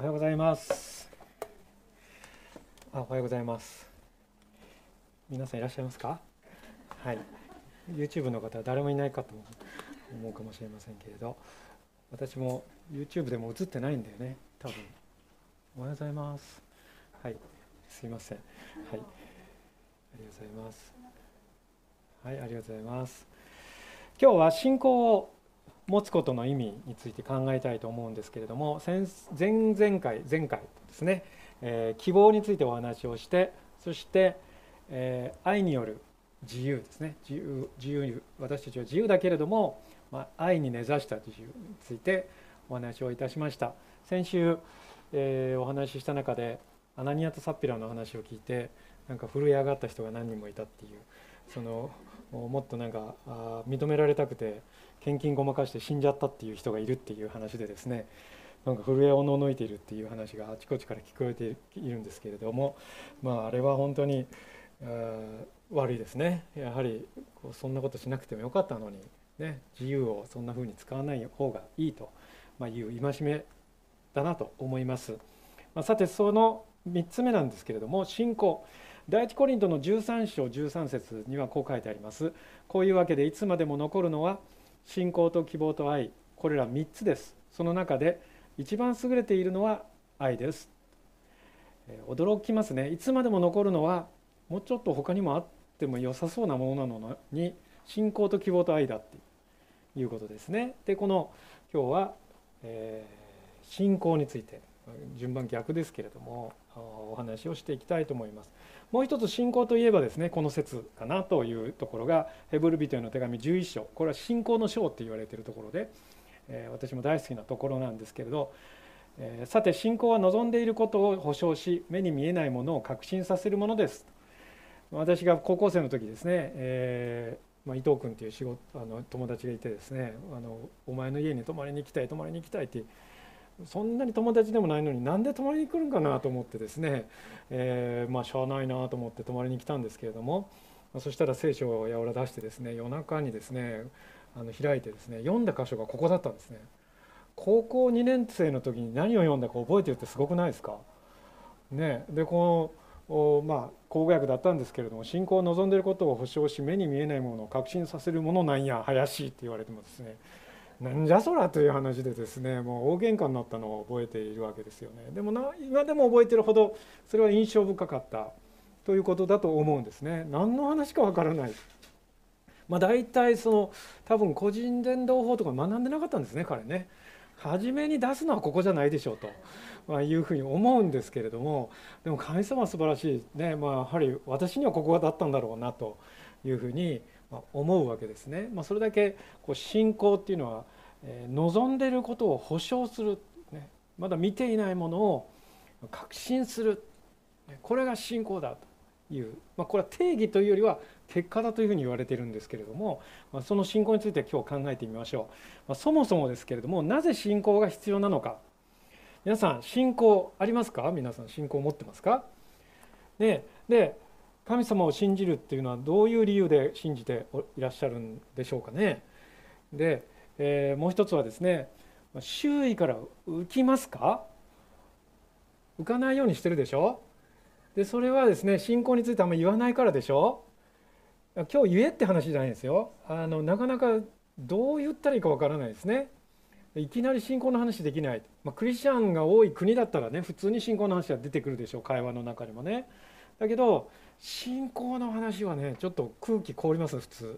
はようございます。おはようございます。皆さんいらっしゃいますか？はい。YouTube の方は誰もいないかと思うかもしれませんけれど、私も YouTube でも映ってないんだよね、多分。おはようございます。はい。すいません。はい。ありがとうございます。はい、ありがとうございます。今日は信仰を持つことの意味について考えたいと思うんですけれども、前回ですね、希望についてお話をして、そして、愛による自由ですね。私たちは自由だけれども、愛に根ざした自由についてお話をいたしました。先週、お話しした中でアナニアとサッピラの話を聞いて、なんか震え上がった人が何人もいたっていう、もっとなんか認められたくて献金ごまかして死んじゃったっていう人がいるっていう話でですね、なんか震えおののいているっていう話があちこちから聞こえているんですけれども、あれは本当に悪いですね。やはりそんなことしなくてもよかったのに、ね、自由をそんな風に使わない方がいいと、いう戒めだなと思います。さてその3つ目なんですけれども、信仰。第一コリントの13章13節にはこう書いてあります。こういうわけでいつまでも残るのは信仰と希望と愛、これら3つです。その中で一番優れているのは愛です。驚きますね。いつまでも残るのはもうちょっと他にもあっても良さそうなものなのに、信仰と希望と愛だっていうことですね。で今日は、信仰について順番逆ですけれどもお話をしていきたいと思います。もう一つ信仰といえばですね、この説かなというところがヘブル人への手紙11章、これは信仰の章って言われているところで、私も大好きなところなんですけれど、さて信仰は望んでいることを保証し、目に見えないものを確信させるものです。私が高校生の時ですね、伊藤君という友達がいてですね、お前の家に泊まりに行きたいってそんなに友達でもないのになんで泊まりに来るんかなと思ってですね、しゃあないなと思って泊まりに来たんですけれども、そしたら聖書をやおら出してですね、夜中にですね開いてですね、読んだ箇所がここだったんですね。高校2年生の時に何を読んだか覚えてるってすごくないですかね。で口語訳だったんですけれども、信仰を望んでいることを保証し、目に見えないものを確信させるものなんや林って言われてもですね、なんじゃそらという話でですね、もう大喧嘩になったのを覚えているわけですよね。でも今でも覚えてるほどそれは印象深かったということだと思うんですね。何の話かわからない。大体多分個人伝道法とか学んでなかったんですね、彼ね。初めに出すのはここじゃないでしょうと、いうふうに思うんですけれども、でも神様は素晴らしいね。やはり私にはここだったんだろうなというふうに思うわけですね。それだけ信仰っていうのは望んでいることを保証する、ね、まだ見ていないものを確信する、これが信仰だという、これは定義というよりは結果だというふうに言われているんですけれども、その信仰について今日考えてみましょう。そもそもですけれども、なぜ信仰が必要なのか。皆さん信仰ありますか？皆さん信仰を持ってますか？で神様を信じるっていうのはどういう理由で信じていらっしゃるんでしょうかね。で、もう一つはですね、周囲から浮きますか？浮かないようにしてるでしょ。でそれはですね、信仰についてあんまり言わないからでしょ。今日言えって話じゃないですよ。なかなかどう言ったらいいかわからないですね。いきなり信仰の話できない、クリスチャンが多い国だったらね、普通に信仰の話は出てくるでしょう、会話の中にもね。だけど信仰の話はね、ちょっと空気凍ります。普通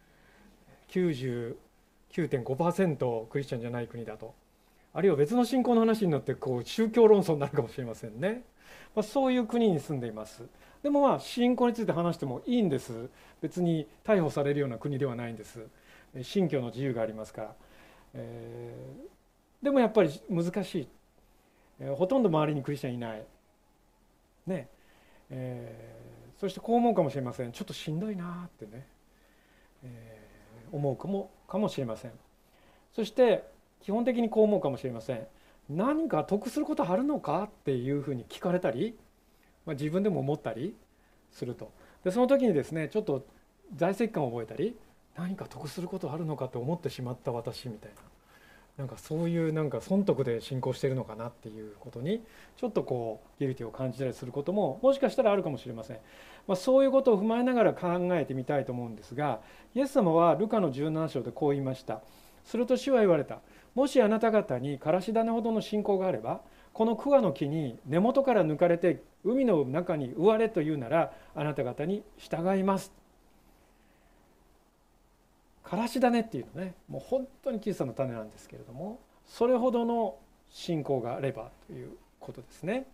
99.5% クリスチャンじゃない国だと、あるいは別の信仰の話になって宗教論争になるかもしれませんね。そういう国に住んでいます。でも信仰について話してもいいんです。別に逮捕されるような国ではないんです。信教の自由がありますから。でもやっぱり難しい、ほとんど周りにクリスチャンいないね。そしてこう思うかもしれません。ちょっとしんどいなってね、思うかもしれません。そして基本的にこう思うかもしれません。何か得することあるのかっていうふうに聞かれたり、自分でも思ったりすると。でその時にですね、ちょっと在籍感を覚えたり、何か得することあるのかと思ってしまった私みたいな、 なんかそういうなんか損得で信仰しているのかなっていうことにちょっとこうギルティを感じたりすることももしかしたらあるかもしれません。そういうことを踏まえながら考えてみたいと思うんですが、イエス様はルカの17章でこう言いました。すると主は言われた。もしあなた方にからし種ほどの信仰があれば、この桑の木に根元から抜かれて海の中に植われというならあなた方に従います。からし種っていうのね、もう本当に小さな種なんですけれども、それほどの信仰があればということですね。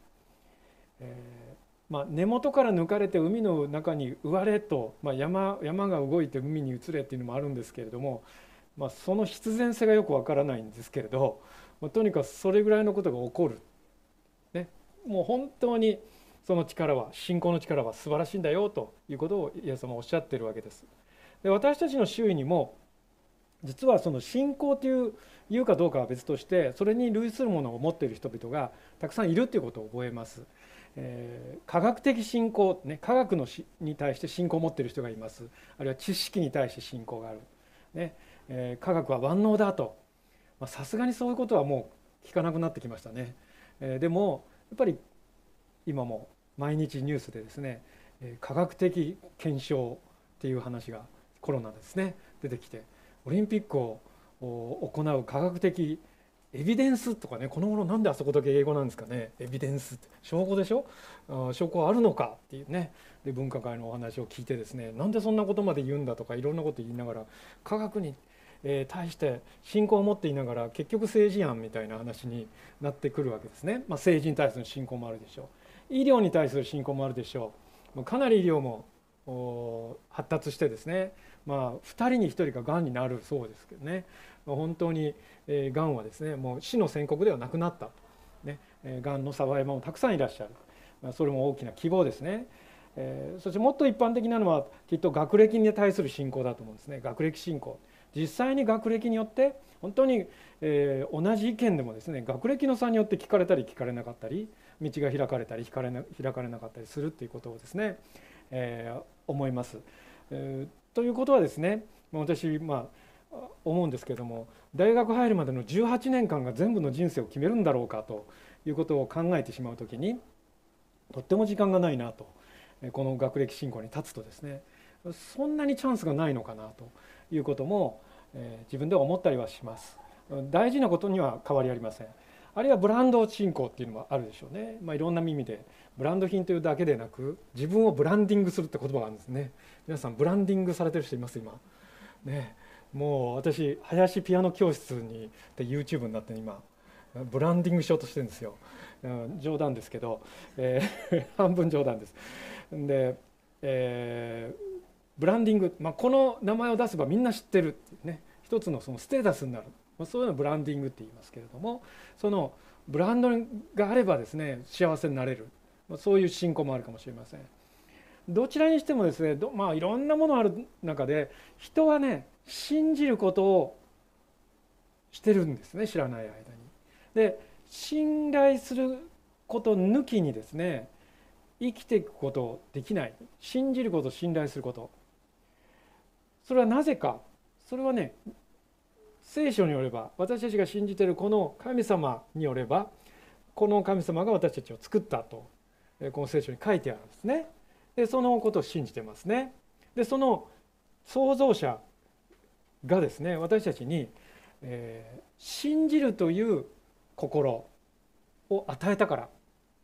根元から抜かれて海の中に植われと、山が動いて海に移れっていうのもあるんですけれども、その必然性がよくわからないんですけれど、とにかくそれぐらいのことが起こる、ね、もう本当にその力は、信仰の力は素晴らしいんだよということをイエス様はおっしゃっているわけです。で、私たちの周囲にも実はその信仰というかどうかは別として、それに類するものを持っている人々がたくさんいるということを覚えます。科学的信仰、科学に対して信仰を持っている人がいます。あるいは知識に対して信仰がある、科学は万能だと、さすがにそういうことはもう聞かなくなってきましたね。でもやっぱり今も毎日ニュースでですね、科学的検証っていう話がコロナですね出てきて、オリンピックを行う科学的エビデンスとかね、この頃なんであそこだけ英語なんですかね。エビデンスって証拠でしょ、証拠あるのかっていうね。で、分科会のお話を聞いてですね、なんでそんなことまで言うんだとかいろんなこと言いながら、科学に対して信仰を持っていながら結局政治やんみたいな話になってくるわけですね。政治に対する信仰もあるでしょう、医療に対する信仰もあるでしょう。かなり医療も発達してですね、2人に1人ががんになるそうですけどね、本当にがんはですね、もう死の宣告ではなくなった、がんのサバイバーもたくさんいらっしゃる、それも大きな希望ですね。そしてもっと一般的なのはきっと学歴に対する信仰だと思うんですね。学歴信仰、実際に学歴によって本当に、同じ意見でもですね、学歴の差によって聞かれたり聞かれなかったり、道が開かれたり開かれなかったりするということをですね、思います。ということはですね、私思うんですけども、大学入るまでの18年間が全部の人生を決めるんだろうかということを考えてしまうときに、とっても時間がないなと、この学歴信仰に立つとですね、そんなにチャンスがないのかなということも、自分では思ったりはします。大事なことには変わりありません。あるいはブランド信仰っていうのもあるでしょうね。いろんな意味でブランド品というだけでなく、自分をブランディングするって言葉があるんですね。皆さんブランディングされてる人います今ね。もう私林ピアノ教室にで YouTube になって今ブランディングしようとしてるんですよ。冗談ですけど、半分冗談です。で、ブランディング、この名前を出せばみんな知ってるっていうね、一つのそのステータスになる、そういうのをブランディングって言いますけれども、そのブランドがあればですね幸せになれる、そういう信仰もあるかもしれません。どちらにしてもですね、いろんなものある中で人はね信じることをしてるんですね、知らない間に。で、信頼すること抜きにですね生きていくことできない。信じること、信頼すること、それはなぜか。それはね、聖書によれば、私たちが信じているこの神様によれば、この神様が私たちを作ったとこの聖書に書いてあるんですね。でそのことを信じてますね。でその創造者がですね私たちに、信じるという心を与えたから、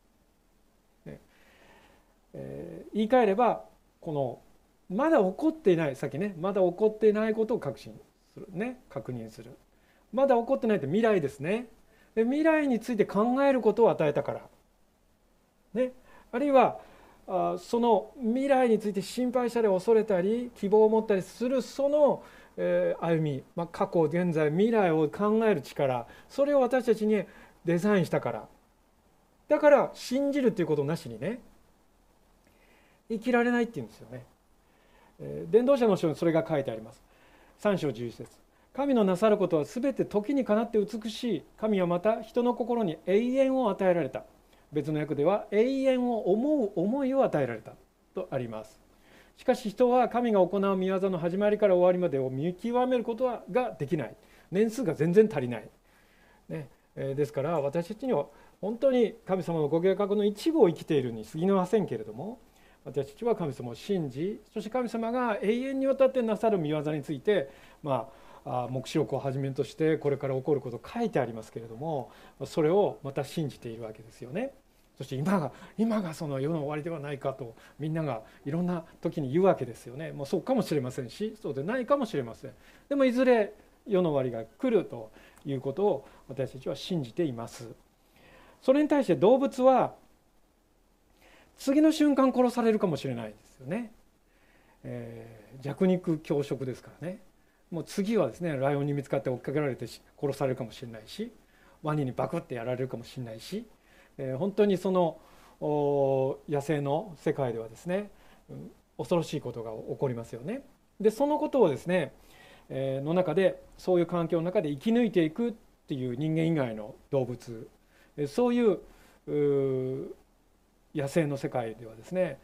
言い換えれば、このまだ起こっていない、さっきね、まだ起こっていないことを確信するね、確認する。まだ起こってないって未来ですね。で未来について考えることを与えたから、ね、あるいはその未来について心配したり恐れたり希望を持ったりするその、歩み、過去現在未来を考える力、それを私たちにデザインしたから。だから信じるということなしにね生きられないっていうんですよね。伝道者の書にそれが書いてあります。3章11節、神のなさることはすべて時にかなって美しい。神はまた人の心に永遠を与えられた。別の訳では永遠を思う思いを与えられたとあります。しかし人は神が行う御業の始まりから終わりまでを見極めることができない。年数が全然足りない。 ね。ですから私たちには本当に神様のご計画の一部を生きているに過ぎませんけれども、私たちは神様を信じ、そして神様が永遠にわたってなさる御業について、黙示録をはじめとしてこれから起こること書いてありますけれども、それをまた信じているわけですよね。そして今がその世の終わりではないかとみんながいろんな時に言うわけですよね。もうそうかもしれませんし、そうでないかもしれません。でもいずれ世の終わりが来るということを私たちは信じています。それに対して動物は次の瞬間殺されるかもしれないですよね。弱肉強食ですからね。もう次はですね、ライオンに見つかって追っかけられて殺されるかもしれないし、ワニにバクってやられるかもしれないし、本当にその野生の世界ではですね、恐ろしいことが起こりますよね。でそのことをですね、の中でそういう環境の中で生き抜いていくっていう人間以外の動物、そういう野生の世界ではですね、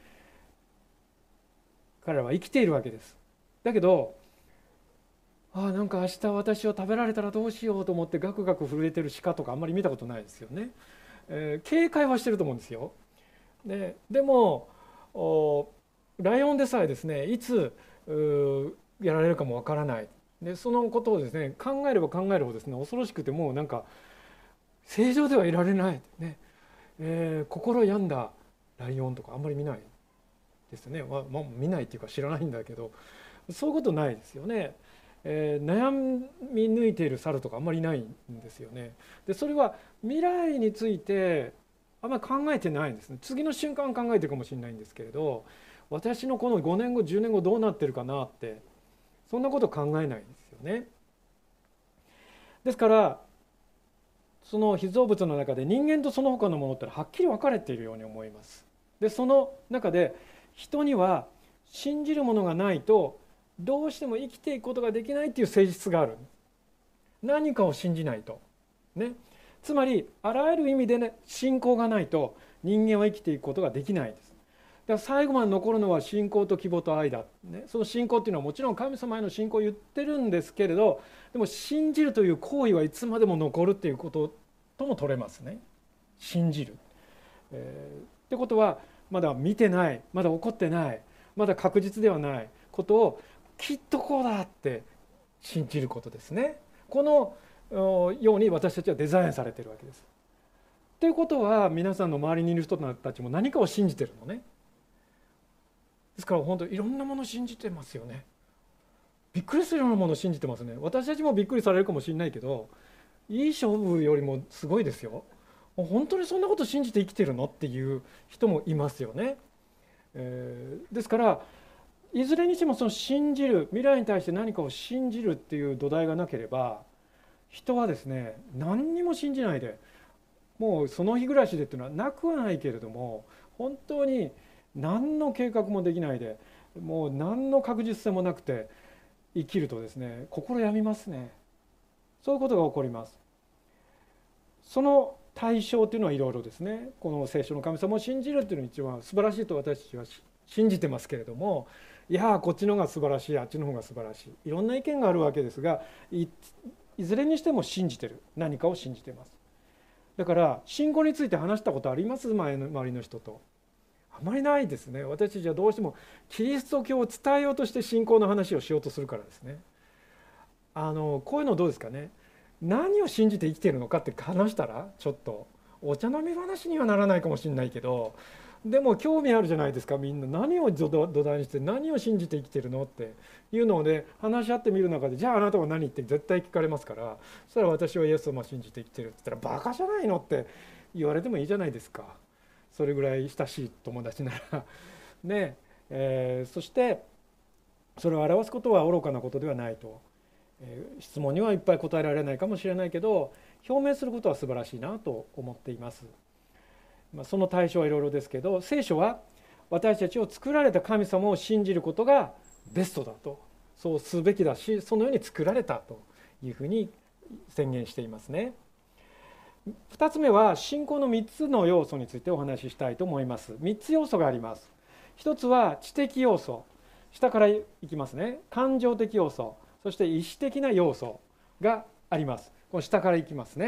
彼らは生きているわけです。だけどなんか明日私を食べられたらどうしようと思ってガクガク震えてる鹿とかあんまり見たことないですよね。警戒はしてると思うんですよ。でもライオンでさえですね、いつやられるかもわからない。でそのことをですね考えれば考えるほどですね恐ろしくて、もうなんか正常ではいられない、ね。心病んだライオンとかあんまり見ないですよね。見ないっていうか知らないんだけど、そういうことないですよね。悩み抜いている猿とかあんまりいないんですよね。でそれは未来についてあんまり考えてないんですね。次の瞬間考えてるかもしれないんですけれど、私のこの5年後10年後どうなってるかなって、そんなこと考えないんですよね。ですからその被造物の中で人間とその他のものってはっきり分かれているように思います。でその中で人には信じるものがないとどうしても生きていくことができないっていう性質がある。何かを信じないとね。つまりあらゆる意味でね、信仰がないと人間は生きていくことができないです。だから最後まで残るのは信仰と希望と愛だ、ね。その信仰っていうのはもちろん神様への信仰を言ってるんですけれど、でも信じるという行為はいつまでも残るっていうこととも取れますね。信じる、ってことはまだ見てない、まだ起こってない、まだ確実ではないことをきっとこうだって信じることですね。このように私たちはデザインされているわけです。ということは皆さんの周りにいる人たちも何かを信じてるのね。ですから本当いろんなものを信じてますよね。びっくりするようなものを信じてますね。私たちもびっくりされるかもしれないけど、いい勝負よりもすごいですよ。本当にそんなこと信じて生きてるのっていう人もいますよね。ですからいずれにしてもその信じる、未来に対して何かを信じるっていう土台がなければ、人はですね何にも信じないで、もうその日暮らしでっていうのはなくはないけれども、本当に何の計画もできないで、もう何の確実性もなくて生きるとですね、心病みますね。そういうことが起こります。その対象というのはいろいろですね。この聖書の神様を信じるっていうのが一番素晴らしいと私たちは信じてますけれども、いやこっちの方が素晴らしい、あっちの方が素晴らしい、いろんな意見があるわけですが、いずれにしても信じてる、何かを信じています。だから信仰について話したことあります？周りの人と。あまりないですね。私たちはどうしてもキリスト教を伝えようとして信仰の話をしようとするからですね。こういうのどうですかね。何を信じて生きているのかって話したら、ちょっとお茶飲み話にはならないかもしれないけど、でも興味あるじゃないですか。みんな何を土台にして何を信じて生きてるのっていうのをね、話し合ってみる中で、じゃああなたは何って絶対聞かれますから、そしたら私はイエス様を信じて生きてるって言ったら、バカじゃないのって言われてもいいじゃないですか。それぐらい親しい友達ならね。そしてそれを表すことは愚かなことではないと。質問にはいっぱい答えられないかもしれないけど、表明することは素晴らしいなと思っています。その対象はいろいろですけど、聖書は私たちを作られた神様を信じることがベストだと、そうすべきだし、そのように作られたというふうに宣言していますね。2つ目は信仰の3つの要素についてお話ししたいと思います。3つ要素があります。1つは知的要素、下からいきますね。感情的要素、そして意思的な要素があります。この下からいきますね。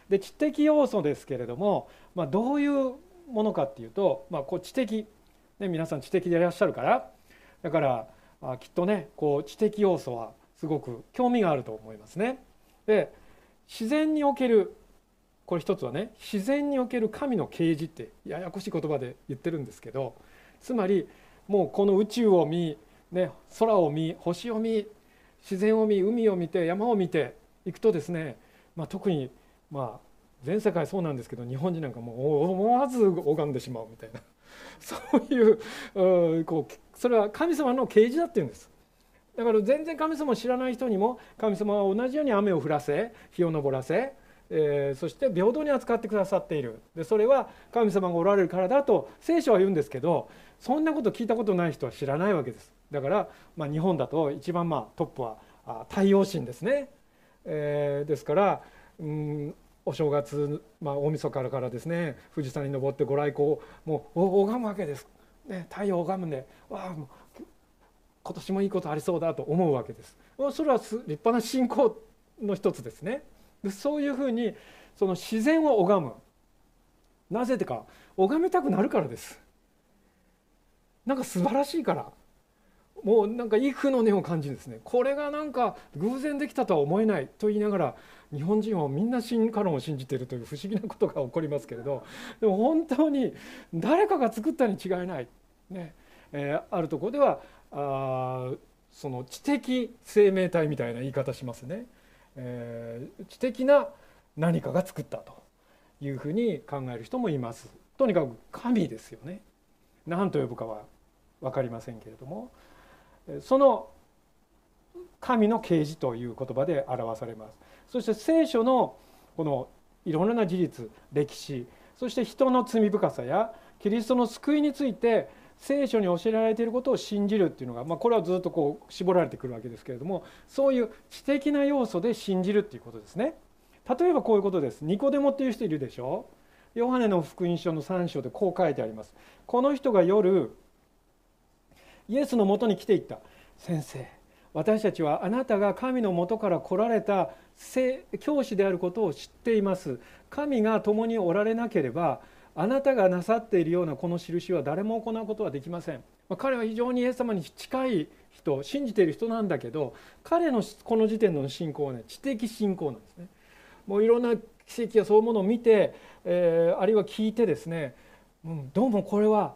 で知的要素ですけれども、どういうものかっていうと、こう知的、ね、皆さん知的でいらっしゃるから、だからきっとねこう知的要素はすごく興味があると思いますね。で自然における、これ一つはね、自然における神の啓示ってややこしい言葉で言ってるんですけど、つまりもうこの宇宙を見、ね、空を見、星を見、自然を見、海を見て、山を見ていくとですね、特に全世界そうなんですけど、日本人なんかもう思わず拝んでしまうみたいなそういう、それは神様の啓示だっていうんです。だから全然神様を知らない人にも神様は同じように雨を降らせ、日を昇らせ、そして平等に扱ってくださっている。でそれは神様がおられるからだと聖書は言うんですけど、そんなこと聞いたことない人は知らないわけです。だから、日本だと一番トップは太陽神ですね。ですから、お正月、大晦日からですね、富士山に登ってご来光をもう拝むわけです、ね、太陽を拝むんで、もう今年もいいことありそうだと思うわけです。それは立派な信仰の一つですね。でそういうふうにその自然を拝む、なぜか拝みたくなるからです。なんか素晴らしいから、もうなんか畏怖の念を感じるんですね。これがなんか偶然できたとは思えないと言いながら、日本人はみんな進化論を信じているという不思議なことが起こりますけれど、でも本当に誰かが作ったに違いない、ね。あるところではその知的生命体みたいな言い方しますね。知的な何かが作ったというふうに考える人もいます。とにかく神ですよね。何と呼ぶかは分かりませんけれども、その神の啓示という言葉で表されます。そして聖書のこのいろんな事実、歴史、そして人の罪深さやキリストの救いについて聖書に教えられていることを信じるっていうのが、これはずっとこう絞られてくるわけですけれども、そういう知的な要素で信じるっていうことですね。例えばこういうことです。ニコデモっていう人いるでしょ。ヨハネの福音書の3章でこう書いてあります。この人が夜イエスのもとに来ていった。先生、私たちはあなたが神のもとから来られた教師であることを知っています。神が共におられなければあなたがなさっているようなこの印は誰も行うことはできません。彼は非常にイエス様に近い人、信じている人なんだけど、彼のこの時点の信仰はね、知的信仰なんですね。もういろんな奇跡やそういうものを見て、あるいは聞いてですね、どうもこれは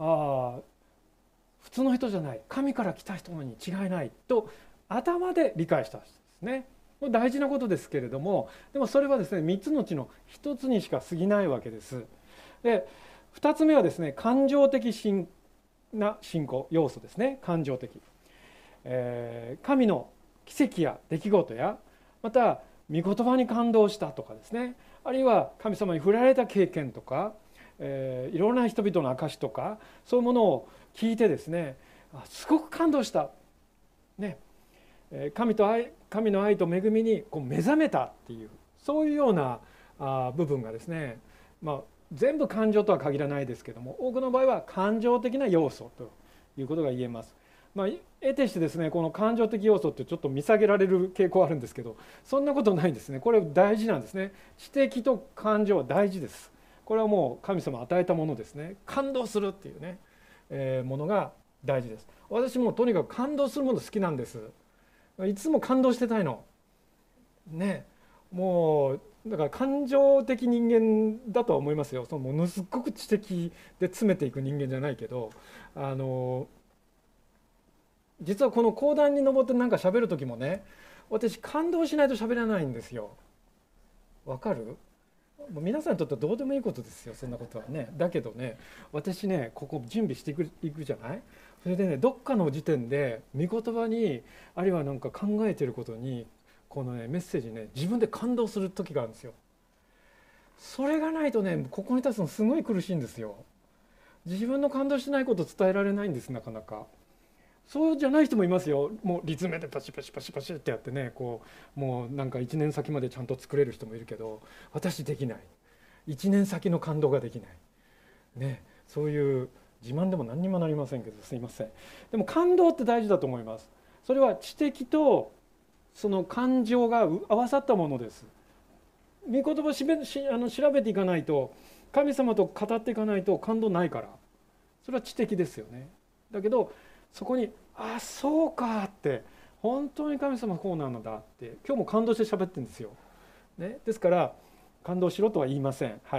普通の人じゃない、神から来た人に違いないと頭で理解したんですね。大事なことですけれども、でもそれはですね、3つのうちの1つにしか過ぎないわけです。で2つ目はですね、感情的な信仰要素ですね。感情的、神の奇跡や出来事や、また御言葉に感動したとかですね、あるいは神様に触れられた経験とか、いろんな人々の証とか、そういうものを聞いてですね、すごく感動した、ね、神の愛と恵みにこう目覚めたっていう、そういうような部分がですね、全部感情とは限らないですけども、多くの場合は感情的な要素ということが言えます。得てしてですね、この感情的要素ってちょっと見下げられる傾向あるんですけど、そんなことないんですね。これ大事なんですね。知的と感情は大事です。これはもう神様与えたものですね。感動するっていうね、ものが大事です。私もとにかく感動するもの好きなんです。いつも感動してたいのね。もうだから感情的人間だとは思いますよ。そのものすごく知的で詰めていく人間じゃないけど、実はこの講談に登ってなんか喋る時もね、私感動しないと喋らないんですよ。わかる？皆さんにとってはどうでもいいことですよ、そんなことはね。だけどね、私ね、ここ準備していくじゃない。それでね、どっかの時点で御言葉に、あるいはなんか考えていることに、このねメッセージね、自分で感動する時があるんですよ。それがないとね、ここに立つのすごい苦しいんですよ。自分の感動しないことを伝えられないんです、なかなか。そうじゃない人もいますよ。もう立命でパシパシパシパシってやってね、こうもうなんか1年先までちゃんと作れる人もいるけど、私できない。1年先の感動ができないね。そういう自慢でも何にもなりませんけど、すいません。でも感動って大事だと思います。それは知的とその感情が合わさったものです。 御言葉を調べていかないと、神様と語っていかないと感動ないから、それは知的ですよね。だけどそこにあそうかって、本当に神様こうなのだって今日も感動して喋ってるんですよ、ね、ですから感動しろとは言いません。はい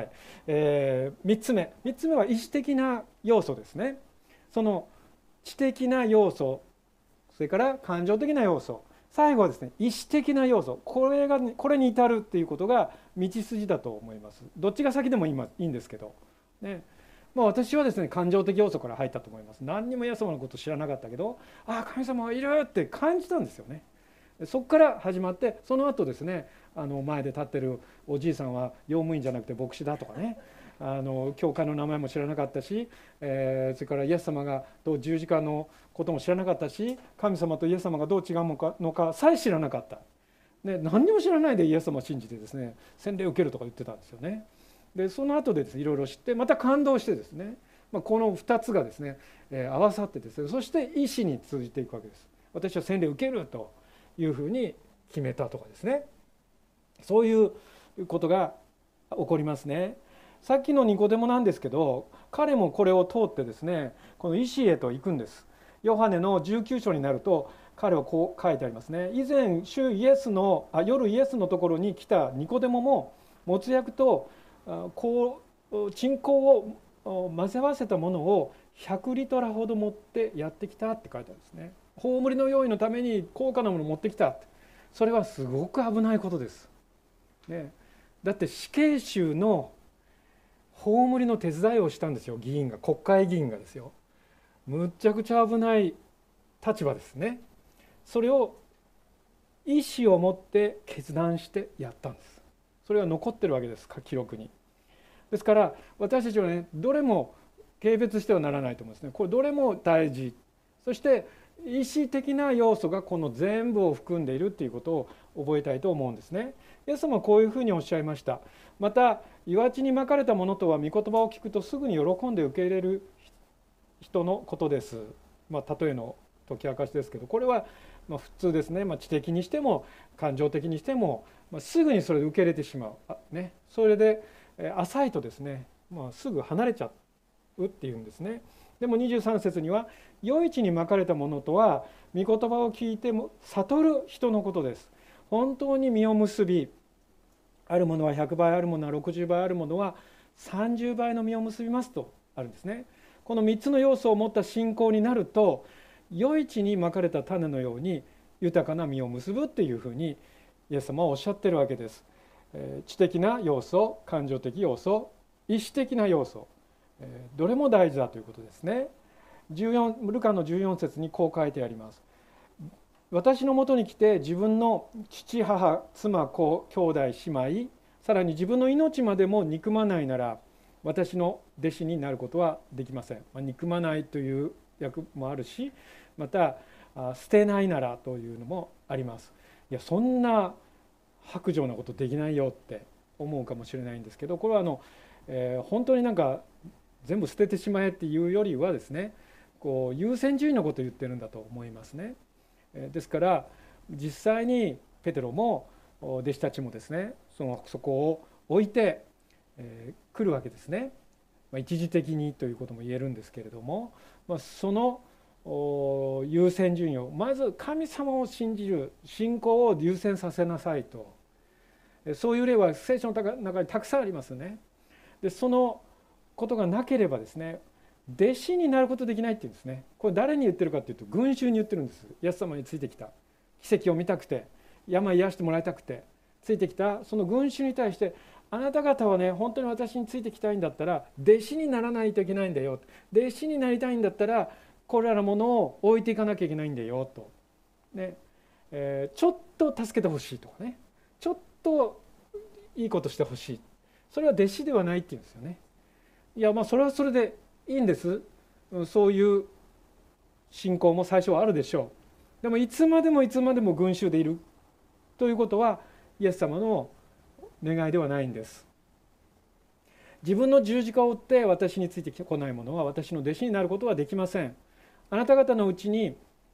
。3つ目は意志的な要素ですね。その知的な要素、それから感情的な要素、最後はですね意志的な要素、これに至るっていうことが道筋だと思います。どっちが先でもいいんですけどね。私はですね感情的要素から入ったと思います。何にもイエス様のこと知らなかったけど、神様はいるって感じたんですよね。そこから始まって、その後ですね前で立ってるおじいさんは用務員じゃなくて牧師だとかね、教会の名前も知らなかったし、それからイエス様が十字架のことも知らなかったし、神様とイエス様がどう違うのかさえ知らなかった、ね、何にも知らないでイエス様を信じてですね洗礼を受けるとか言ってたんですよね。でその後でですねいろいろ知って、また感動してですね、この2つがですね、合わさってですね、そして意思に通じていくわけです。私は洗礼を受けるというふうに決めたとかですね、そういうことが起こりますね。さっきのニコデモなんですけど、彼もこれを通ってですねこの意思へと行くんです。ヨハネの19章になると彼はこう書いてありますね。以前夜イエスのところに来たニコデモももつ薬と鎮香を混ぜ合わせたものを100リトラほど持ってやってきたって書いてあるんですね。葬りの用意のために高価なものを持ってきた。それはすごく危ないことです、ね、だって死刑囚の葬りの手伝いをしたんですよ、国会議員がですよ。むっちゃくちゃ危ない立場ですね。それを意思を持って決断してやったんです。それが残ってるわけです、記録に。ですから私たちはねどれも軽蔑してはならないと思うんですね。これどれも大事、そして意思的な要素がこの全部を含んでいるということを覚えたいと思うんですね。イエス様はこういうふうにおっしゃいました。また岩地にまかれたものとは御言葉を聞くとすぐに喜んで受け入れる人のことです。例えの解き明かしですけど、これは普通ですね。知的にしても感情的にしても、すぐにそれで受け入れてしまう、ね、それで浅いとですね、すぐ離れちゃうっていうんですね。でも23節には余市にまかれたものとは御言葉を聞いても悟る人のことです。本当に実を結び、あるものは100倍、あるものは60倍、あるものは30倍の実を結びますとあるんですね。この3つの要素を持った信仰になると、余市にまかれた種のように豊かな実を結ぶっていうふうにイエス様はおっしゃってるわけです。知的な要素、感情的要素、意思的な要素、どれも大事だということですね。ルカの14節にこう書いてあります。私のもとに来て自分の父母妻子兄弟姉妹、さらに自分の命までも憎まないなら私の弟子になることはできません。憎まないという訳もあるし、また捨てないならというのもあります。いやそんな薄情なことできないよって思うかもしれないんですけど、これは本当に全部捨ててしまえっていうよりはですね、優先順位のことを言ってるんだと思いますね。ですから実際にペテロも弟子たちもですねそこを置いて来るわけですね。一時的にということも言えるんですけれども、その優先順位をまず神様を信じる信仰を優先させなさいと、そういう例は聖書の中にたくさんありますね。でそのことがなければですね弟子になることできないっていうんですね。これ誰に言ってるかっていうと群衆に言ってるんです。イエス様についてきた、奇跡を見たくて病癒してもらいたくてついてきたその群衆に対して、あなた方はね本当に私についてきたいんだったら弟子にならないといけないんだよ、弟子になりたいんだったらこれらのものを置いていかなきゃいけないんだよと、ねちょっと助けてほしいとかね、ちょっといいことしてほしい、それは弟子ではないっていうんですよね。いやそれはそれでいいんです。そういう信仰も最初はあるでしょう。でもいつまでも群衆でいるということはイエス様の願いではないんです。自分の十字架を追って私についてこない者は私の弟子になることはできません。あなた方のうちに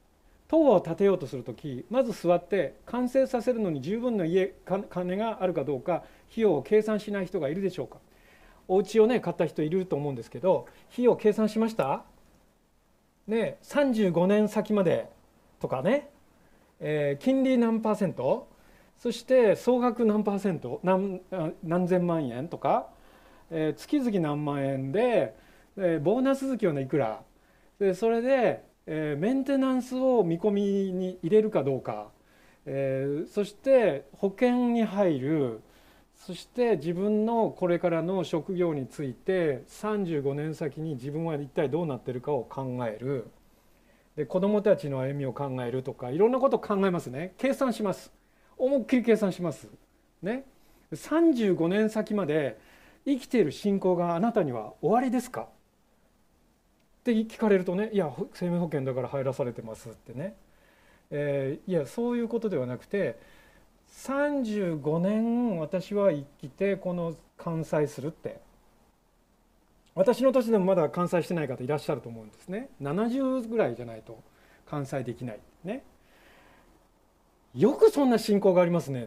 塔を建てようとするとき、まず座って完成させるのに十分な金があるかどうか、費用を計算しない人がいるでしょうか。お家をね買った人いると思うんですけど、費用計算しましたね。35年先までとかね、金利何パーセント、そして総額何パーセント、何千万円とか、月々何万円で、ボーナス月はねいくらで、それで、メンテナンスを見込みに入れるかどうか、そして保険に入る、そして自分のこれからの職業について35年先に自分は一体どうなっているかを考える。で子どもたちの歩みを考えるとか、いろんなことを考えますね。計算します。思いっきり計算しますね。35年先まで生きている信仰があなたには終わりですかって聞かれるとね、いや生命保険だから入らされてますってね、いやそういうことではなくて、35年私は生きてこの完済するって、私の年でもまだ完済してない方いらっしゃると思うんですね。70ぐらいじゃないと完済できないね。よくそんな信仰がありますねって。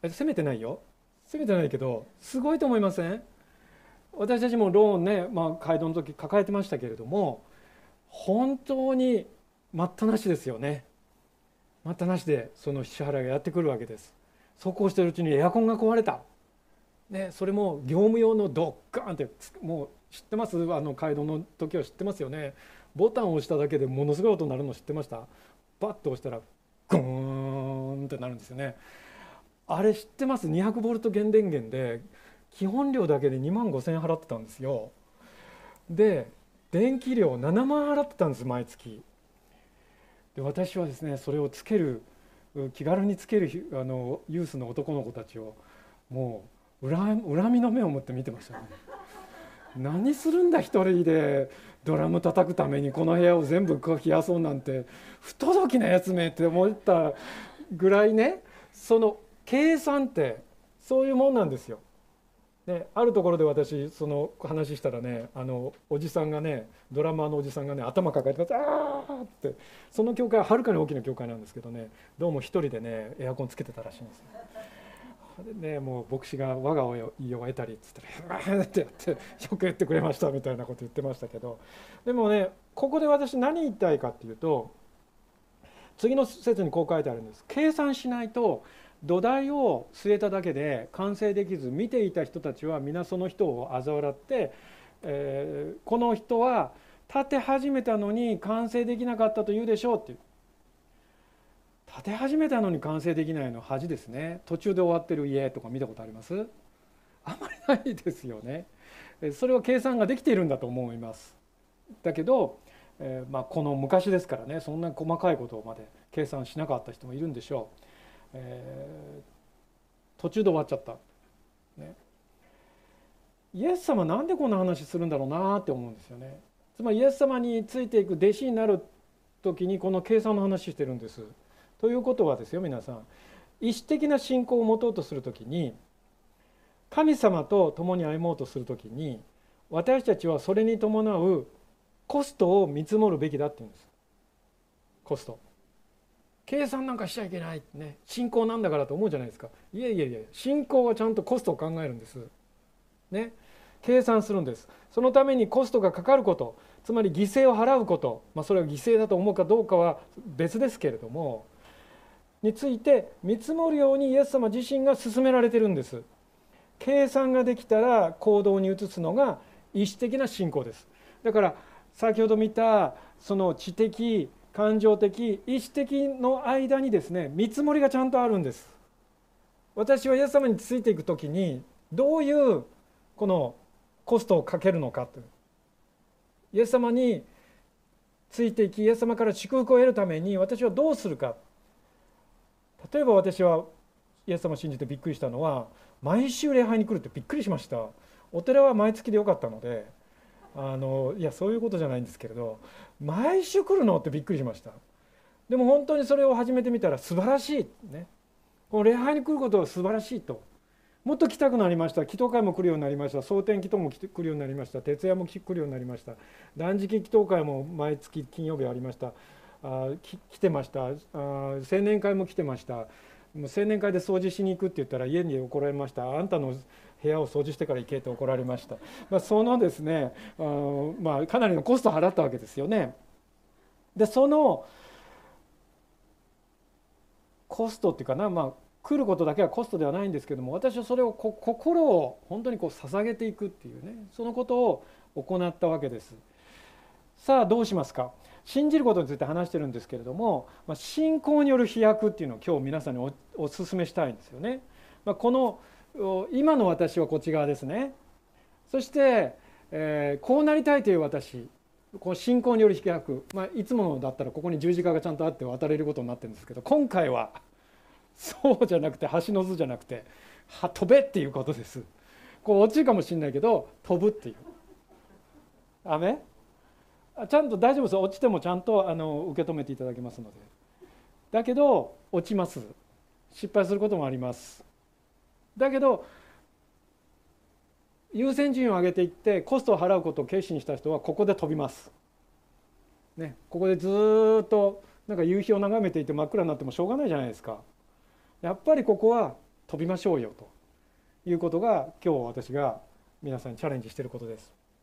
責めてないよ、責めてないけどすごいと思いません？私たちもローンね、街道の時抱えてましたけれども、本当に待ったなしですよね。待ったなしでその支払いがやってくるわけです。そうこうしているうちにエアコンが壊れた、ね、それも業務用のドッカーンって、もう知ってます？街道の時は知ってますよね。ボタンを押しただけでものすごい音になるの知ってました？パッと押したらゴーンってなるんですよね。あれ知ってます？200ボルト減電源で基本料だけで2万5千円払ってたんですよ。で電気料7万払ってたんです毎月。で私はですね、それをつける、気軽につけるユースの男の子たちをもう恨みの目を持って見てましたね。何するんだ一人でドラム叩くためにこの部屋を全部冷やそうなんて不届きなやつめって思ったぐらいね。その計算ってそういうもんなんですよ。であるところで私その話したらね、おじさんがね、ドラマーのおじさんがね頭抱えてます。あーって。その教会ははるかに大きな教会なんですけどね、どうも一人でねエアコンつけてたらしいんですよ。でね、もう牧師が我が意を得たりっつったらってやってよく言ってくれましたみたいなこと言ってましたけど、でもねここで私何言いたいかっていうと、次の説にこう書いてあるんです。計算しないと土台を据えただけで完成できず、見ていた人たちは皆その人を嘲笑って、この人は建て始めたのに完成できなかったと言うでしょうっていう。建て始めたのに完成できないの恥ですね。途中で終わってる家とか見たことあります？あんまりないですよね。それは計算ができているんだと思います。だけど、この昔ですからね、そんな細かいことまで計算しなかった人もいるんでしょう。途中で終わっちゃった、ね、イエス様なんでこんな話するんだろうなって思うんですよね。つまりイエス様についていく弟子になる時にこの計算の話してるんです。ということはですよ、皆さん、意思的な信仰を持とうとするときに、神様と共に歩もうとするときに、私たちはそれに伴うコストを見積もるべきだって言うんです。コスト。計算なんかしちゃいけないね、信仰なんだからと思うじゃないですか。いやいやいや、信仰はちゃんとコストを考えるんですね。計算するんです。そのためにコストがかかること、つまり犠牲を払うこと、それは犠牲だと思うかどうかは別ですけれども、について見積もるようにイエス様自身が勧められているんです。計算ができたら行動に移すのが意思的な信仰です。だから先ほど見たその知的、感情的、意思的の間にですね、見積もりがちゃんとあるんです。私はイエス様についていくときにどういうこのコストをかけるのかという、イエス様についていきイエス様から祝福を得るために私はどうするか。例えば私はイエス様を信じてびっくりしたのは、毎週礼拝に来るってびっくりしました。お寺は毎月でよかったので、いやそういうことじゃないんですけれど、毎週来るのってびっくりしました。でも本当にそれを始めてみたら素晴らしいね。この礼拝に来ることは素晴らしいともっと来たくなりました。祈祷会も来るようになりました。蒼天祈祷も来るようになりました。徹夜も来るようになりました。断食祈祷会も毎月金曜日ありました。来てました。青年会も来てました。もう青年会で掃除しに行くって言ったら家に怒られました。あんたの部屋を掃除してから行けと怒られました。そのですね、かなりのコストを払ったわけですよね。でそのコストっていうかな、来ることだけはコストではないんですけども、私はそれを心を本当に捧げていくっていうね、そのことを行ったわけです。さあどうしますか。信じることについて話してるんですけれども、信仰による飛躍っていうのを今日皆さんにお勧めしたいんですよね。この今の私はこっち側ですね。そして、こうなりたいという私、この信仰による飛躍、いつものだったらここに十字架がちゃんとあって渡れることになってるんですけど、今回はそうじゃなくて、橋の図じゃなくて飛べっていうことです。落ちるかもしれないけど飛ぶっていう。アメちゃんと大丈夫です。落ちてもちゃんと受け止めていただけますので。だけど落ちます。失敗することもあります。だけど優先順位を上げていってコストを払うことを決心した人はここで飛びます、ね、ここでずっと夕日を眺めていて真っ暗になってもしょうがないじゃないですか。やっぱりここは飛びましょうよということが今日私が皆さんにチャレンジしていることです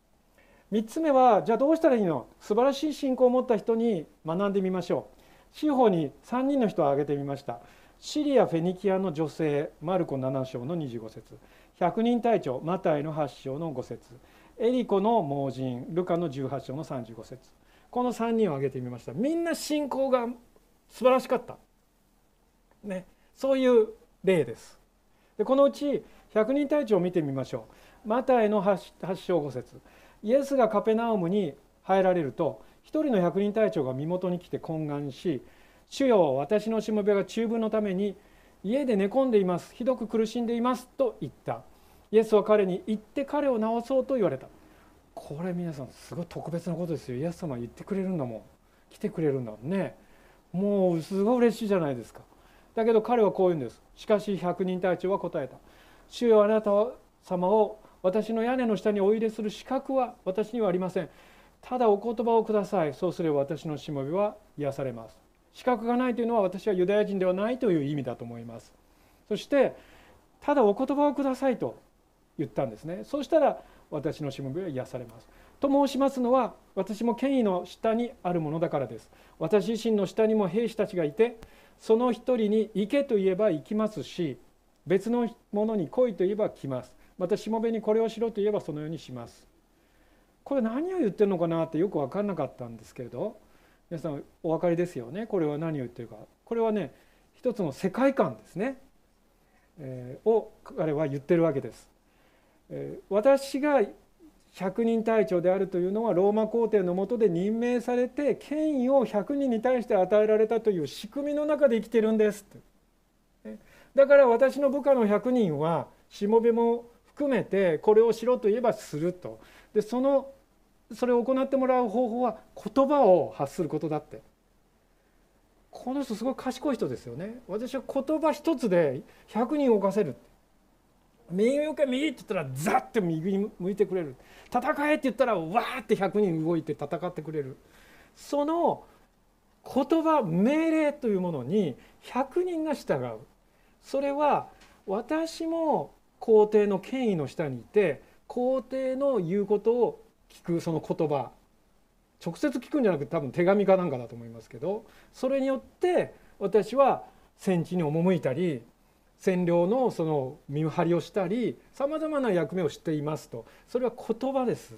。3つ目はじゃあどうしたらいいの。素晴らしい信仰を持った人に学んでみましょう。司法に3人の人を挙げてみました。シリア・フェニキアの女性、マルコ7章の25節、百人隊長、マタイの8章の5節、エリコの盲人、ルカの18章の35節、この3人を挙げてみました。みんな信仰が素晴らしかった、ね、そういう例です。でこのうち百人隊長を見てみましょう。マタイの 8章5節、イエスがカペナウムに入られると一人の百人隊長が身元に来て懇願し、主よ、私のしもべが中風のために家で寝込んでいます、ひどく苦しんでいますと言った。イエスは彼に行って彼を治そうと言われた。これ皆さんすごい特別なことですよ。イエス様は言ってくれるんだもん、来てくれるんだもんね。もうすごい嬉しいじゃないですか。だけど彼はこう言うんです。しかし百人隊長は答えた。主よ、あなた様を私の屋根の下にお入れする資格は私にはありません。ただお言葉をください。そうすれば私のしもべは癒されます。資格がないというのは私はユダヤ人ではないという意味だと思います。そしてただお言葉をくださいと言ったんですね。そうしたら私のしもべは癒されます。と申しますのは、私も権威の下にあるものだからです。私自身の下にも兵士たちがいて、その一人に行けと言えば行きますし、別のものに来いと言えば来ます。またしもべにこれをしろと言えばそのようにします。これ何を言ってるのかなってよく分からなかったんですけれど、皆さんお分かりですよね。これは何を言ってるか。これはね、一つの世界観ですね、を彼は言ってるわけです。私が百人隊長であるというのはローマ皇帝の下で任命されて権威を100人に対して与えられたという仕組みの中で生きてるんです。だから私の部下の100人はしもべも含めてこれをしろと言えばすると。でそれを行ってもらう方法は言葉を発することだって。この人すごい賢い人ですよね。私は言葉一つで100人動かせる。右向け右って言ったらザッて右に向いてくれる。戦えって言ったらわーって100人動いて戦ってくれる。その言葉、命令というものに100人が従う。それは私も皇帝の権威の下にいて、皇帝の言うことを聞く。その言葉直接聞くんじゃなくて多分手紙かなんかだと思いますけど、それによって私は戦地に赴いたり占領のその見張りをしたりさまざまな役目をしていますと。それは言葉ですって。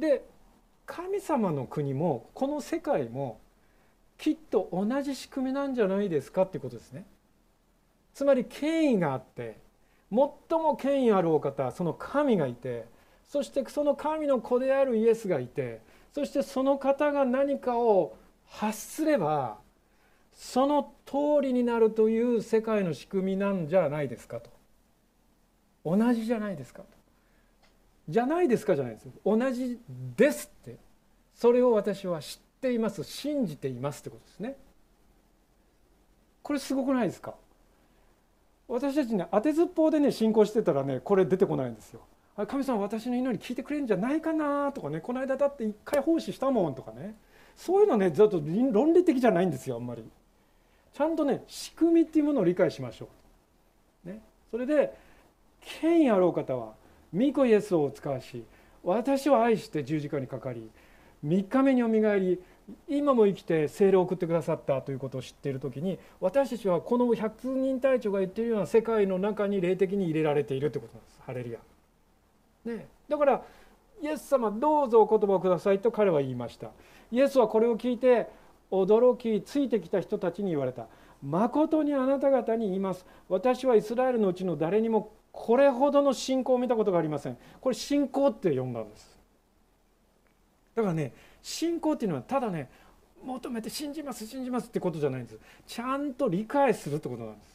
で神様の国もこの世界もきっと同じ仕組みなんじゃないですかっていうことですね。つまり権威があって、最も権威あるお方、その神がいて、そしてその神の子であるイエスがいて、そしてその方が何かを発すればその通りになるという世界の仕組みなんじゃないですかと。同じじゃないですかと。じゃないですかじゃないです。同じですって。それを私は知っています、信じていますってことですね。これすごくないですか。 私たちね、当てずっぽうでね信仰してたらね、これ出てこないんですよ。神様私の祈り聞いてくれるんじゃないかなとかね、この間だって一回奉仕したもんとかね、そういうのねずっと論理的じゃないんですよ。あんまりちゃんとね仕組みっていうものを理解しましょう、ね、それで権威あろう方は御子イエスをお使わし、私を愛して十字架にかかり、3日目によみがえり、今も生きて聖霊を送ってくださったということを知っているときに、私たちはこの100人隊長が言っているような世界の中に霊的に入れられているということなんです。ハレルヤ、ね、だからイエス様どうぞお言葉をくださいと彼は言いました。イエスはこれを聞いて驚き、ついてきた人たちに言われた。誠にあなた方に言います。私はイスラエルのうちの誰にもこれほどの信仰を見たことがありません。これ信仰って呼んだんです。だからね、信仰っていうのはただね求めて信じます信じますってことじゃないんです。ちゃんと理解するってことなんです。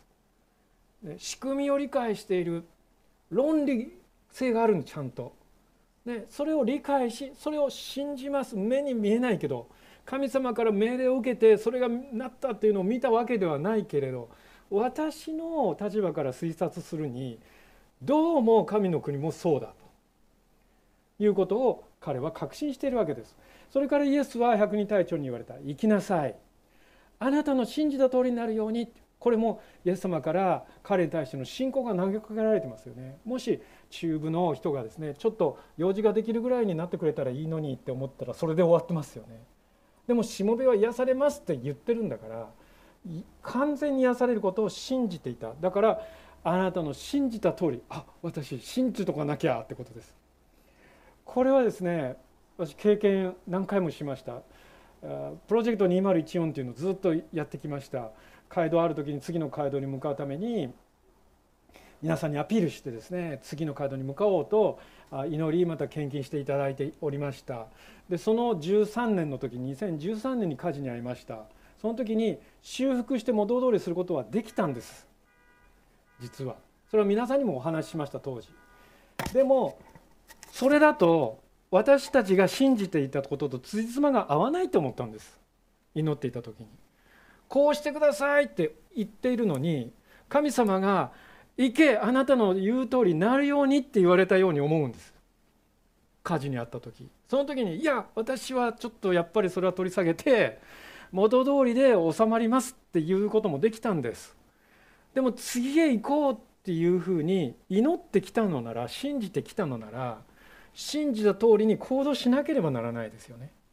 仕組みを理解している、論理性があるんです。ちゃんと、ね、それを理解し、それを信じます。目に見えないけど、神様から命令を受けてそれがなったっていうのを見たわけではないけれど、私の立場から推察するにどうも神の国もそうだということを彼は確信しているわけです。それからイエスは百人隊長に言われた。行きなさい、あなたの信じた通りになるように。これもイエス様から彼に対しての信仰が投げかけられてますよね。もし中部の人がですね、ちょっと用事ができるぐらいになってくれたらいいのにって思ったらそれで終わってますよね。でもしもべは癒されますって言ってるんだから、完全に癒されることを信じていた。だからあなたの信じた通り、私信じとかなきゃってことです。これはですね、私経験何回もしました。プロジェクト2014っていうのをずっとやってきました。街道ある時に次の街道に向かうために皆さんにアピールしてですね、次の街道に向かおうと祈りまた献金していただいておりました。でその13年の時、2013年に火事に遭いました。その時に修復して元通りすることはできたんです。実はそれは皆さんにもお話ししました。当時でもそれだと私たちが信じていたことと辻褄が合わないと思ったんです。祈っていた時にこうしてくださいって言っているのに、神様が行け、あなたの言う通りになるようにって言われたように思うんです。火事にあった時、その時にいや私はちょっとやっぱりそれは取り下げて元通りで収まりますっていうこともできたんです。でも次へ行こうっていうふうに祈ってきたのなら、信じてきたのなら、信じた通りに行動しなければならないですよね。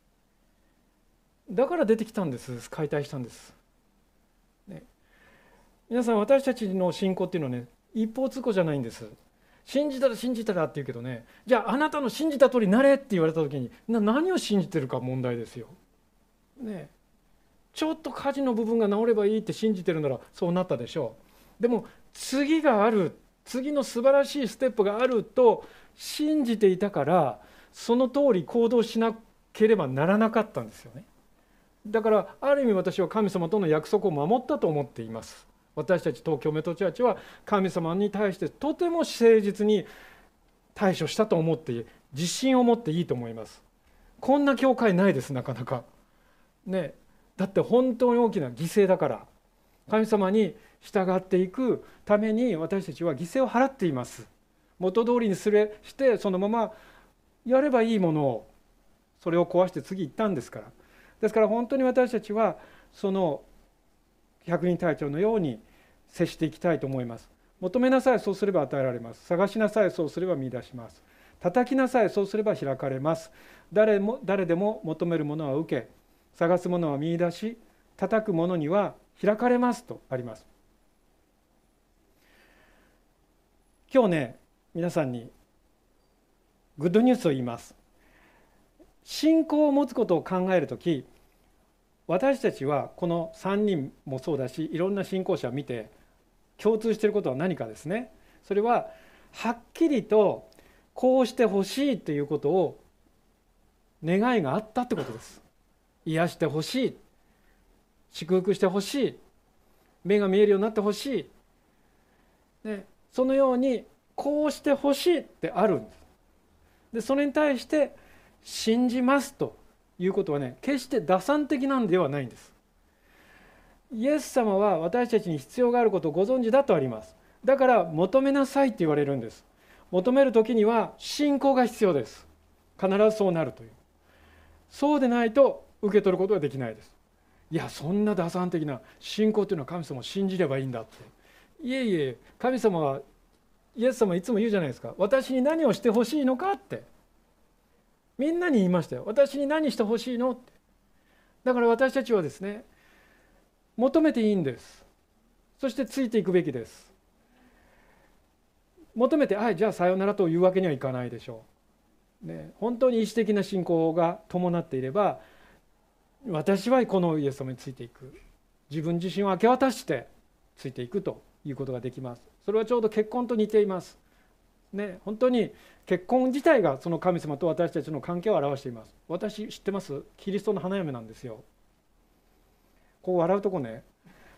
だから出てきたんです。解体したんです、ね、皆さん、私たちの信仰っていうのはね、一方通行じゃないんです。信じたら信じたらって言うけどね、じゃああなたの信じた通りになれって言われた時に何を信じてるか問題ですよ、ね、ちょっと火事の部分が治ればいいって信じてるならそうなったでしょう。でも次がある、次の素晴らしいステップがあると信じていたから、その通り行動しなければならなかったんですよね。だからある意味私は神様との約束を守ったと思っています。私たち東京メトロチャーチは神様に対してとても誠実に対処したと思って自信を持っていいと思います。こんな教会ないです、なかなかね。だって本当に大きな犠牲だから、神様に従っていくために私たちは犠牲を払っています。元通りにしてそのままやればいいものを、それを壊して次行ったんですから。ですから本当に私たちはその百人隊長のように接していきたいと思います。求めなさい、そうすれば与えられます。探しなさい、そうすれば見出します。叩きなさい、そうすれば開かれます。誰でも求めるものは受け、探すものは見出し、叩くものには開かれますとあります。今日ね、皆さんにグッドニュースを言います。信仰を持つことを考えるとき、私たちはこの3人もそうだし、いろんな信仰者を見て共通していることは何かですね。それははっきりとこうしてほしいということを願いがあったってことです。癒してほしい、祝福してほしい、目が見えるようになってほしい、ね、そのようにこうしてほしいってあるんです。でそれに対して信じますということはね、決して打算的なんではないんです。 イエス様は私たちに必要があることをご存知だとあります。だから求めなさいって言われるんです。求めるときには信仰が必要です。必ずそうなるという。そうでないと受け取ることができないです。いや、そんな打算的な信仰というのは神様を信じればいいんだって。いえいえ、神様は、イエス様いつも言うじゃないですか。私に何をしてほしいのかって。みんなに言いましたよ。私に何してほしいのって。だから私たちはですね、求めていいんです。そしてついていくべきです。求めて、はい、じゃあさようならというわけにはいかないでしょう。ね、本当に意志的な信仰が伴っていれば、私はこのイエス様についていく。自分自身を明け渡してついていくということができます。それはちょうど結婚と似ています。ね、本当に結婚自体がその神様と私たちの関係を表しています。私知ってます？キリストの花嫁なんですよ。こう笑うとこね、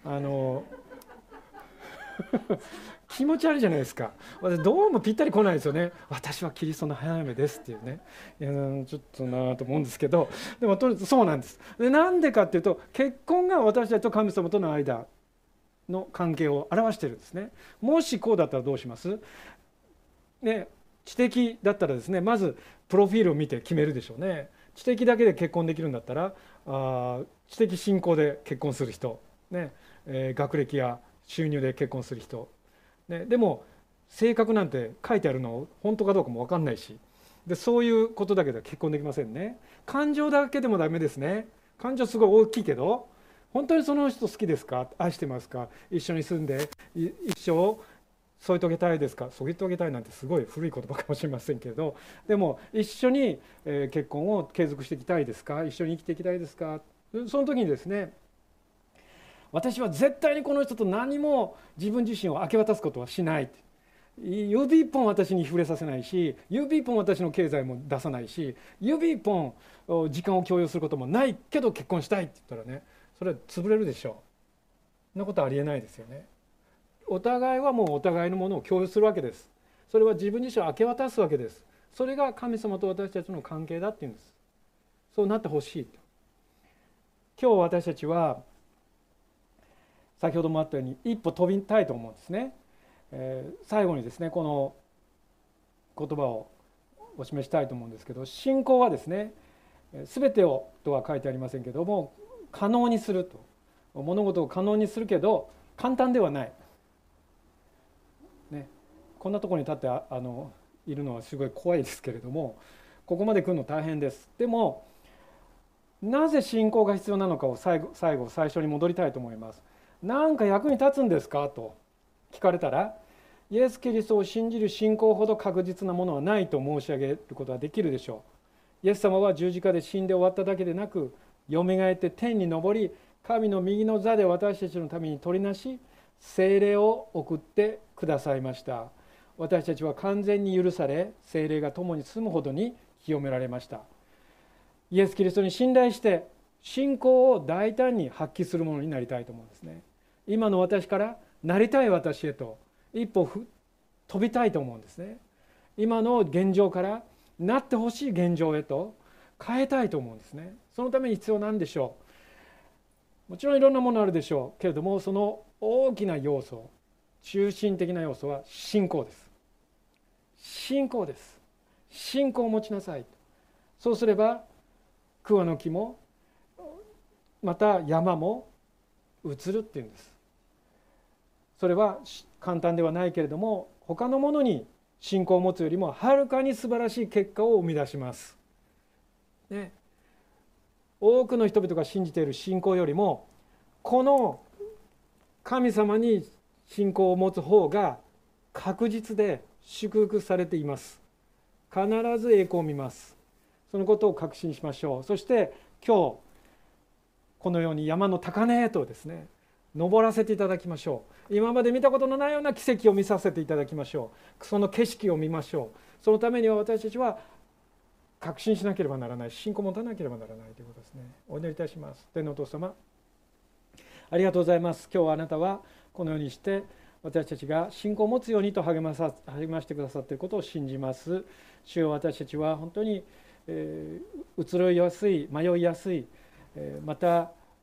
気持ち悪いじゃないですか。私どうもぴったり来ないですよね。私はキリストの花嫁ですっていうね。いやちょっとなと思うんですけど、でもとりあえずそうなんです。でなんでかっていうと、結婚が私たちと神様との間の関係を表しているんですね。もしこうだったらどうします？ね、知的だったらですね、まずプロフィールを見て決めるでしょうね。知的だけで結婚できるんだったら、知的信仰で結婚する人、ね、学歴や収入で結婚する人、ね、でも性格なんて書いてあるの本当かどうかも分かんないし、でそういうことだけでは結婚できませんね。感情だけでもダメですね。感情すごい大きいけど、本当にその人好きですか、愛してますか、一緒に住んで一生添い遂げたいですか。添い遂げたいなんてすごい古い言葉かもしれませんけど、でも一緒に結婚を継続していきたいですか、一緒に生きていきたいですか。その時にですね、私は絶対にこの人と何も自分自身を明け渡すことはしない、指一本私に触れさせないし、指一本私の経済も出さないし、指一本時間を共有することもないけど結婚したいって言ったらね、それは潰れるでしょう。そんなことはありえないですよね。お互いはもうお互いのものを共有するわけです。それは自分自身を明け渡すわけです。それが神様と私たちの関係だっていうんです。そうなってほしいと。今日私たちは先ほどもあったように一歩飛びたいと思うんですね。最後にですね、この言葉をお示したいと思うんですけど、信仰はですね、全てをとは書いてありませんけども、可能にすると。物事を可能にするけど簡単ではない。ね、こんなところに立っているのはすごい怖いですけれども、ここまで来るの大変です。でもなぜ信仰が必要なのかを最初に戻りたいと思います。何か役に立つんですかと聞かれたら、イエス・キリストを信じる信仰ほど確実なものはないと申し上げることができるでしょう。イエス様は十字架で死んで終わっただけでなく、よみがえって天に昇り、神の右の座で私たちのために取りなし、聖霊を送ってくださいました。私たちは完全に許され、聖霊が共に住むほどに清められました。イエス・キリストに信頼して信仰を大胆に発揮するものになりたいと思うんですね。今の私からなりたい私へと一歩飛びたいと思うんですね。今の現状からなってほしい現状へと変えたいと思うんですね。そのために必要なんでしょう。もちろんいろんなものあるでしょうけれども、その大きな要素、中心的な要素は信仰です。信仰です。信仰を持ちなさい。そうすれば桑の木もまた山も移るっていうんです。それは簡単ではないけれども、他のものに信仰を持つよりもはるかに素晴らしい結果を生み出します、ね、多くの人々が信じている信仰よりも、この神様に信仰を持つ方が確実で祝福されています。必ず栄光を見ます。そのことを確信しましょう。そして今日このように山の高根へとですね、登らせていただきましょう。今まで見たことのないような奇跡を見させていただきましょう。その景色を見ましょう。そのためには私たちは確信しなければならない、信仰を持たなければならないということですね。お祈りいたします。天のお父様、ありがとうございます。今日はあなたはこのようにして私たちが信仰を持つようにと励ましてくださっていることを信じます。主よ、私たちは本当に移ろいやすい、迷いやすい、また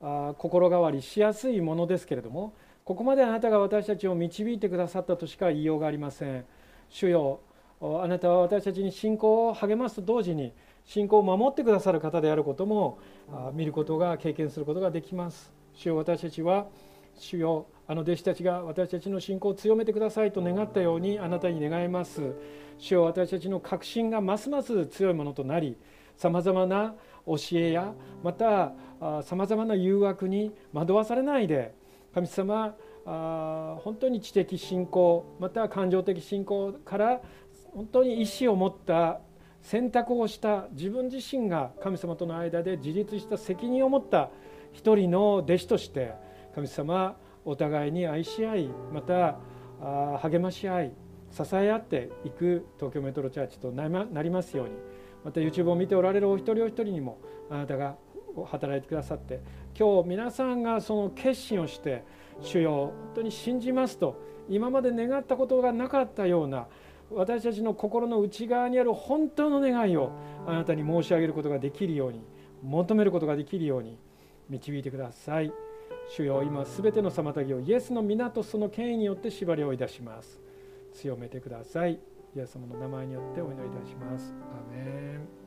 心変わりしやすいものですけれども、ここまであなたが私たちを導いてくださったとしか言いようがありません。主よ、あなたは私たちに信仰を励ますと同時に信仰を守ってくださる方であることも見ることが、経験することができます。主よ、私たちは主よ、あの弟子たちが私たちの信仰を強めてくださいと願ったようにあなたに願います。主よ、私たちの確信がますます強いものとなり、さまざまな教えやまたさまざまな誘惑に惑わされないで、神様、本当に知的信仰また感情的信仰から本当に意志を持った選択をした自分自身が神様との間で自立した責任を持った一人の弟子として、神様お互いに愛し合い、また励まし合い支え合っていく東京メトロチャーチとなりますように、また YouTube を見ておられるお一人お一人にもあなたが働いてくださって、今日皆さんがその決心をして主よ本当に信じますと今まで願ったことがなかったような私たちの心の内側にある本当の願いをあなたに申し上げることができるように、求めることができるように導いてください。主よ、今すべての妨げをイエスの皆とその権威によって縛りをいたします。強めてください。イエス様の名前によってお祈りいたします。アーメン。